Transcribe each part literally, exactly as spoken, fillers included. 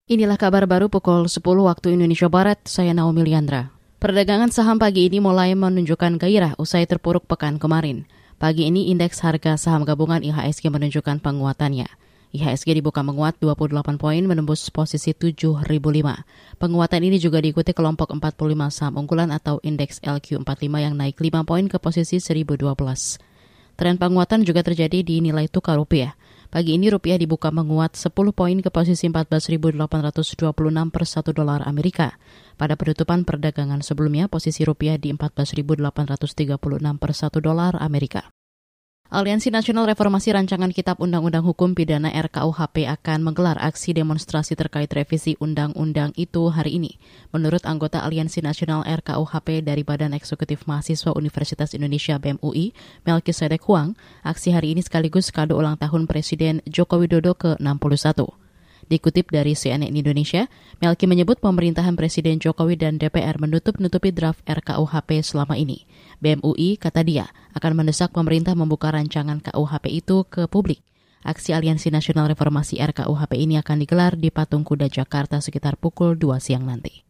Inilah kabar baru pukul sepuluh waktu Indonesia Barat, saya Naomi Liandra. Perdagangan saham pagi ini mulai menunjukkan gairah usai terpuruk pekan kemarin. Pagi ini indeks harga saham gabungan I H S G menunjukkan penguatannya. I H S G dibuka menguat dua puluh delapan poin menembus posisi tujuh ribu lima. Penguatan ini juga diikuti kelompok empat puluh lima saham unggulan atau indeks L Q empat puluh lima yang naik lima poin ke posisi seribu dua belas. Tren penguatan juga terjadi di nilai tukar rupiah. Pagi ini rupiah dibuka menguat sepuluh poin ke posisi empat belas ribu delapan ratus dua puluh enam per satu dolar Amerika. Pada penutupan perdagangan sebelumnya, posisi rupiah di empat belas ribu delapan ratus tiga puluh enam per satu dolar Amerika. Aliansi Nasional Reformasi Rancangan Kitab Undang-Undang Hukum Pidana R K U H P akan menggelar aksi demonstrasi terkait revisi undang-undang itu hari ini. Menurut anggota Aliansi Nasional R K U H P dari Badan Eksekutif Mahasiswa Universitas Indonesia B E M U I, Melkisedek Huang, aksi hari ini sekaligus kado ulang tahun Presiden Joko Widodo ke enam puluh satu. Dikutip dari C N N Indonesia, Melki menyebut pemerintahan Presiden Jokowi dan D P R menutup-nutupi draft R K U H P selama ini. B E M U I, kata dia, akan mendesak pemerintah membuka rancangan K U H P itu ke publik. Aksi Aliansi Nasional Reformasi R K U H P ini akan digelar di Patung Kuda Jakarta sekitar pukul dua siang nanti.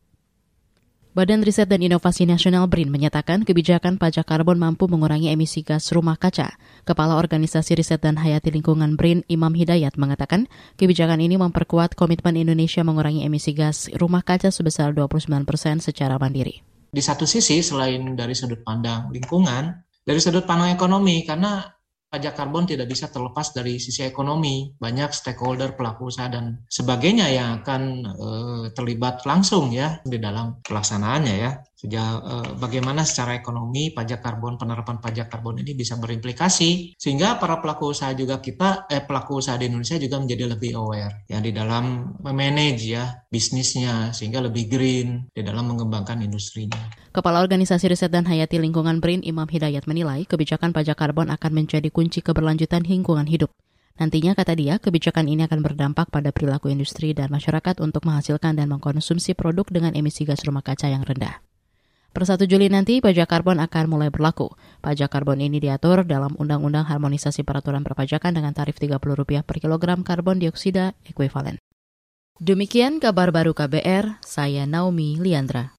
Badan Riset dan Inovasi Nasional B R I N menyatakan kebijakan pajak karbon mampu mengurangi emisi gas rumah kaca. Kepala Organisasi Riset dan Hayati Lingkungan B R I N, Imam Hidayat, mengatakan kebijakan ini memperkuat komitmen Indonesia mengurangi emisi gas rumah kaca sebesar dua puluh sembilan persen secara mandiri. Di satu sisi, selain dari sudut pandang lingkungan, dari sudut pandang ekonomi, karena pajak karbon tidak bisa terlepas dari sisi ekonomi. Banyak stakeholder, pelaku usaha, dan sebagainya yang akan e, terlibat langsung ya di dalam pelaksanaannya ya. Sejauh e, bagaimana secara ekonomi pajak karbon, penerapan pajak karbon ini bisa berimplikasi. Sehingga para pelaku usaha juga kita, eh, pelaku usaha di Indonesia juga menjadi lebih aware ya di dalam memanage ya bisnisnya, sehingga lebih green di dalam mengembangkan industrinya. Kepala Organisasi Riset dan Hayati Lingkungan B R I N, Imam Hidayat, menilai kebijakan pajak karbon akan menjadi kunci keberlanjutan lingkungan hidup. Nantinya, kata dia, kebijakan ini akan berdampak pada perilaku industri dan masyarakat untuk menghasilkan dan mengkonsumsi produk dengan emisi gas rumah kaca yang rendah. Per satu Juli nanti, pajak karbon akan mulai berlaku. Pajak karbon ini diatur dalam Undang-Undang Harmonisasi Peraturan Perpajakan dengan tarif tiga puluh rupiah per kilogram karbon dioksida ekuivalen. Demikian kabar baru K B R, saya Naomi Liandra.